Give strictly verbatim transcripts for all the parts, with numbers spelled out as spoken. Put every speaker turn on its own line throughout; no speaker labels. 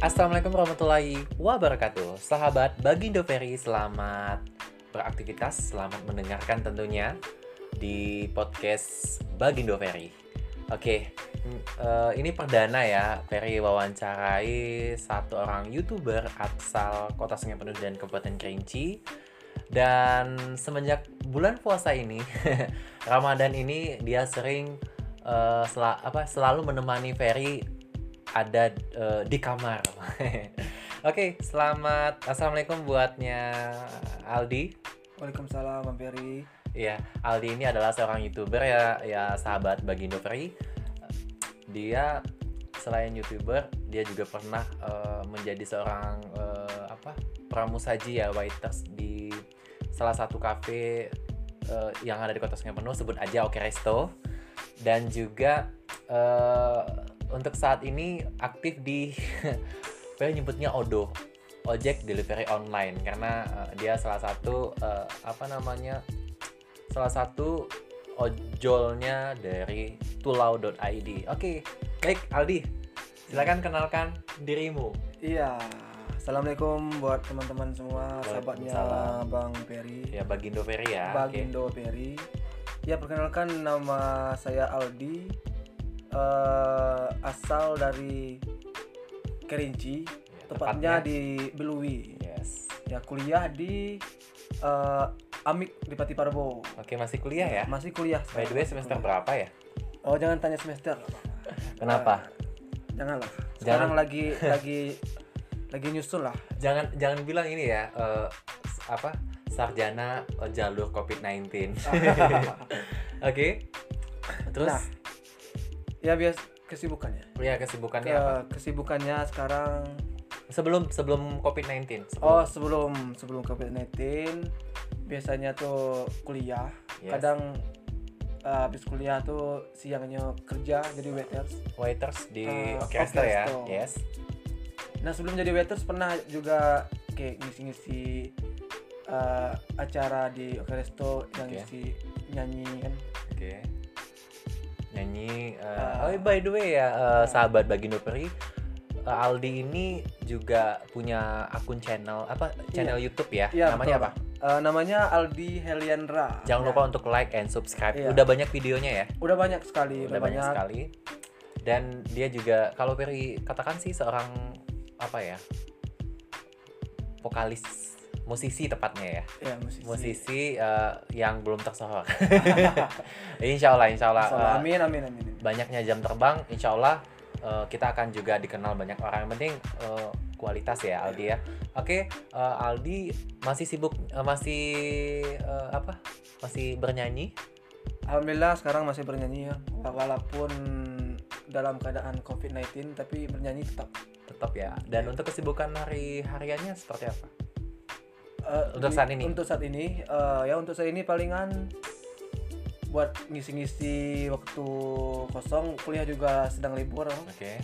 Assalamualaikum warahmatullahi wabarakatuh. Sahabat Bagindo Ferry, selamat beraktivitas, selamat mendengarkan tentunya di podcast Bagindo Ferry. Oke, uh, ini perdana ya, Ferry wawancarai satu orang YouTuber asal Kota Sungai Penuh dan Kabupaten Kerinci. Dan semenjak bulan puasa ini, Ramadan ini dia sering uh, sel- apa, selalu menemani Ferry ada uh, di kamar. Oke, selamat Assalamualaikum buatnya Aldi.
Waalaikumsalam Bang Ferry.
Iya, Aldi ini adalah seorang YouTuber ya, ya sahabat Bagindo Ferry. Dia selain YouTuber, dia juga pernah uh, menjadi seorang uh, apa? pramusaji ya, waiters di salah satu kafe uh, yang ada di Kota Sungai Penuh, sebut aja Oke Resto. Dan juga uh, untuk saat ini aktif di saya nyebutnya Odo, ojek delivery online, karena uh, dia salah satu uh, apa namanya salah satu ojolnya dari tulau dot i d. Oke, baik Aldi, silakan kenalkan dirimu.
Iya, assalamualaikum buat teman-teman semua, sahabatnya Bang Ferry.
Ya, Bagindo Ferry ya.
Bagindo okay. Ferry. Ya, perkenalkan, nama saya Aldi, uh, asal dari Kerinci, ya, tepatnya, tepatnya di Belui.
Yes.
Ya, kuliah di uh, Amik di Pati Parbo.
Oke, masih kuliah ya?
Masih kuliah.
By the way, semester kuliah. Berapa ya?
Oh, jangan tanya semester.
Kenapa?
Uh, janganlah. Sekarang jangan. lagi lagi lagi nyusul lah.
Jangan jangan bilang ini ya, uh, apa? sarjana uh, jalur covid sembilan belas. Oke. Okay. Terus
nah, ya bias kesibukannya.
Ya, kesibukannya
Ke,
apa?
Kesibukannya sekarang
sebelum sebelum covid sembilan belas. Sebelum.
Oh, sebelum sebelum covid sembilan belas biasanya tuh kuliah. Yes. Kadang uh, habis kuliah tuh siangnya kerja jadi waiters.
Waiters di uh, Oke
Resto
ya. Yes.
Nah, sebelum jadi waiters pernah juga kayak ngisi-ngisi uh, acara di Oke Resto yang okay. ngisi nyanyi kan.
Oke. Okay. Nyanyi uh, uh, oh by the way ya, uh, sahabat Bagindo Ferry, uh, Aldi ini juga punya akun channel apa channel iya. YouTube ya.
Iya,
namanya
betul.
apa?
Uh, namanya Aldi Heliandra.
Jangan
ya.
lupa untuk like and subscribe.
Iya.
Udah banyak videonya ya?
Udah banyak sekali.
Udah, udah banyak. banyak sekali. Dan dia juga, kalau Ferry katakan sih, seorang apa ya? Vokalis, musisi tepatnya ya.
Ya, musisi.
Musisi uh, yang belum tersohor. Insya Allah, insya Allah.
Insya Allah. Amin, amin, amin.
Banyaknya jam terbang, insya Allah uh, kita akan juga dikenal banyak orang. Yang penting uh, kualitas ya, Aldi ya. Oke, uh, Aldi masih sibuk, uh, masih uh, apa? Masih bernyanyi?
Alhamdulillah sekarang masih bernyanyi ya. Walaupun dalam keadaan covid sembilan belas, tapi bernyanyi tetap.
Tetap ya. Dan ya. Untuk kesibukan hari-hariannya seperti apa?
Uh,
untuk
di,
saat ini?
Untuk saat ini, uh, ya untuk saat ini palingan buat ngisi-ngisi waktu kosong, kuliah juga sedang libur.
Oke. Okay.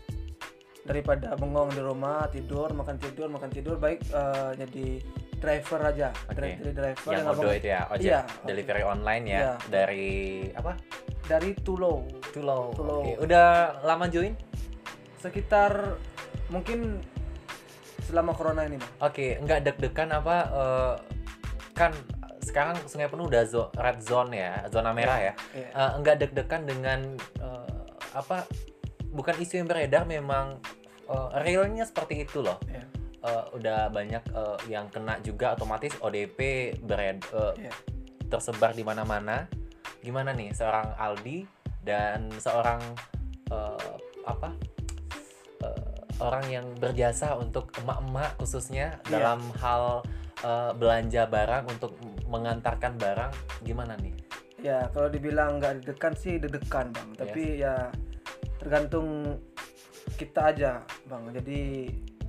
Daripada bengong di rumah, tidur, makan tidur, makan tidur, baik uh, jadi driver aja.
Okay.
Jadi driver
yang Odo itu ya, ojek
iya,
delivery okay. online ya. Iya. Dari apa?
Dari Tulau.
Tulau.
Tulau.
Okay. Udah lama join?
Sekitar mungkin selama corona ini, Bang.
Oke, okay. Nggak deg-degan apa? Uh, kan sekarang Sungai Penuh udah zo- red zone ya, zona merah ya. Yeah. Uh, nggak deg-degan dengan uh, apa? Bukan isu yang beredar, memang uh, realnya seperti itu loh. Yeah. Uh, udah banyak uh, yang kena juga, otomatis O D P bered uh, yeah. tersebar di mana-mana. Gimana nih seorang Aldi dan seorang uh, apa? Uh, orang yang berjasa untuk emak-emak khususnya yeah. dalam hal uh, belanja barang, untuk mengantarkan barang, gimana nih?
Ya, kalau dibilang nggak deg-degan sih deg-degan, Bang. Yes. Tapi ya tergantung kita aja, Bang. Jadi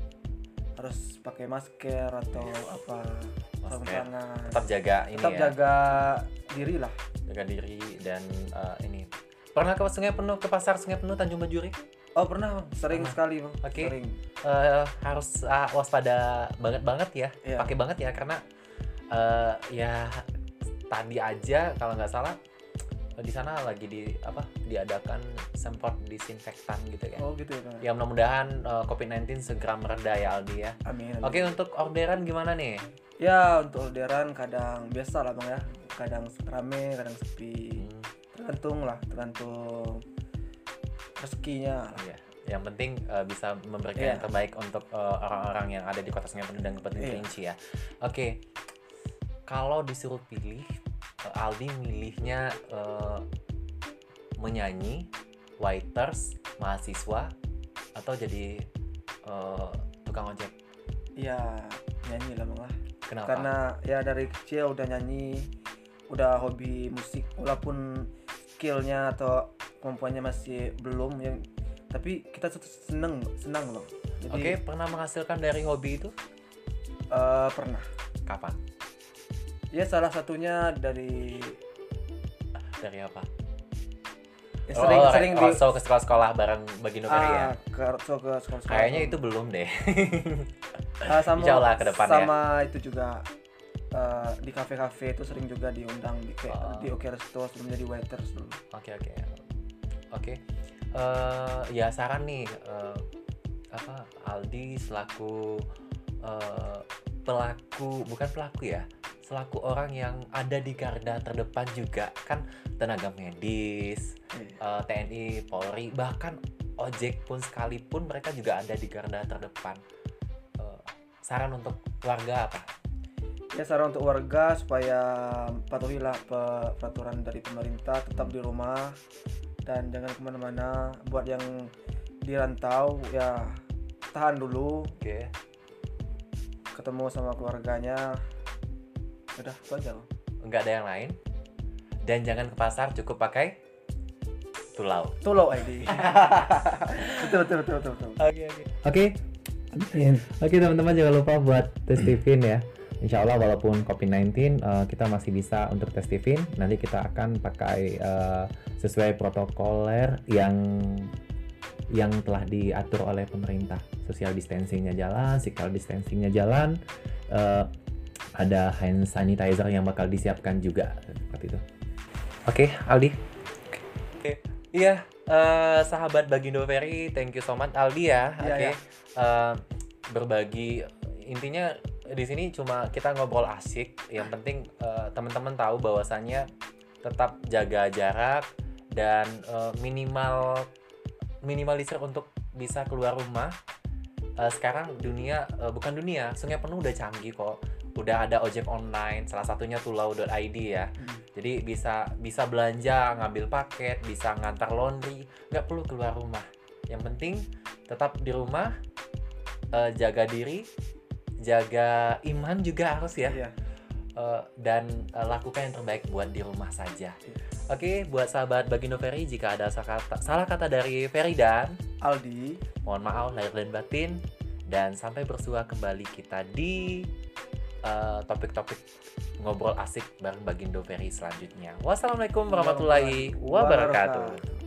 harus pakai masker atau yes. apa, sarung tangan.
Tetap jaga ini
Tetap
ya.
jaga diri lah.
Jaga diri dan uh, ini. Pernah ke Sungai Penuh, ke pasar Sungai Penuh Tanjung Bajuri?
Oh, pernah, Bang. Sering pernah. sekali, Bang.
Oke. Okay.
Sering.
Uh, harus uh, waspada banget-banget ya. Yeah. Pakai banget ya, karena uh, ya tadi aja kalau nggak salah di sana lagi di apa diadakan semprot disinfektan gitu kan.
Oh gitu ya bang.
Ya mudah-mudahan uh, covid sembilan belas segera mereda ya Aldi ya.
Amin, amin.
Oke, untuk orderan gimana nih?
Ya untuk orderan kadang biasa lah bang ya, kadang rame kadang sepi,
Hmm.
tergantung lah, tergantung rezekinya lah.
Iya. Yang penting uh, bisa memberikan
Iya.
yang terbaik untuk uh, orang-orang yang ada di Kota Sungai Penuh dan Kabupaten
Iya.
Kerinci ya. Oke, kalau disuruh pilih, uh, Aldi milihnya uh, menyanyi, waiters, mahasiswa, atau jadi uh, tukang ojek?
Iya nyanyi lah bang lah.
Kenapa?
Karena ya dari kecil udah nyanyi, udah hobi musik, walaupun skillnya atau kemampuannya masih belum yang, tapi kita tuh seneng senang loh. Jadi
Oke, pernah menghasilkan dari hobi itu?
eh, pernah.
Kapan?
Ya salah satunya dari
Dari apa?
ya, sering
oh,
sering
oh,
di
so ke sekolah-sekolah bareng Bagindo Ferry ya?
ah, ke, so ke sekolah-sekolah.
Kayaknya itu belum deh.
Ah, sama
Insya Allah ke depan ya.
sama itu juga eh, di kafe-kafe itu sering juga diundang di kayak
Oh.
di Oke Resto sebelum jadi waiters dulu.
Oke oke oke. Eh, ya saran nih eh, apa Aldi selaku eh, pelaku bukan pelaku ya, selaku orang yang ada di garda terdepan juga kan, tenaga medis,
Iya.
eh, T N I, Polri, bahkan ojek pun sekalipun mereka juga ada di garda terdepan. Eh, saran untuk warga apa?
Ya saran untuk warga supaya patuhilah pe- peraturan dari pemerintah, tetap di rumah dan jangan kemana-mana. Buat yang di rantau ya tahan dulu,
Oke.
ketemu sama keluarganya. Udah itu aja loh.
Nggak ada yang lain. Dan jangan ke pasar, cukup pakai tulau.
Tulau I D. betul, betul betul betul betul.
Oke oke. Oke. Oke teman-teman, jangan lupa buat tes Tivin ya. Insya Allah walaupun covid sembilan belas uh, kita masih bisa untuk tes Tivin. Nanti kita akan pakai uh, sesuai protokoler yang yang telah diatur oleh pemerintah. Social distancingnya jalan, physical distancingnya jalan, uh, ada hand sanitizer yang bakal disiapkan juga seperti itu. Oke, Aldi. Oke, iya, uh, sahabat Bagindo Ferry, thank you so much Aldi ya.
Iya,
Oke,
iya.
uh, berbagi intinya di sini cuma kita ngobrol asik. Yang penting uh, teman-teman tahu bahwasannya tetap jaga jarak dan uh, minimal minimalisir untuk bisa keluar rumah. Uh, sekarang dunia uh, bukan dunia, Sungai Penuh udah canggih kok. Udah ada ojek online, salah satunya tulau dot i d ya.
Hmm.
Jadi bisa bisa belanja, ngambil paket, bisa ngantar laundry, nggak perlu keluar rumah. Yang penting tetap di rumah, uh, jaga diri, jaga iman juga harus ya.
Iya.
Uh, dan uh, lakukan yang terbaik buat di rumah saja.
Iya.
Oke, buat sahabat Bagindo Ferry, jika ada salah kata, salah kata dari Ferry dan
Aldi,
mohon maaf lahir dan batin, dan sampai bersua kembali kita di uh, topik-topik ngobrol asik bareng Bagindo Ferry selanjutnya. Wassalamualaikum warahmatullahi wabarakatuh.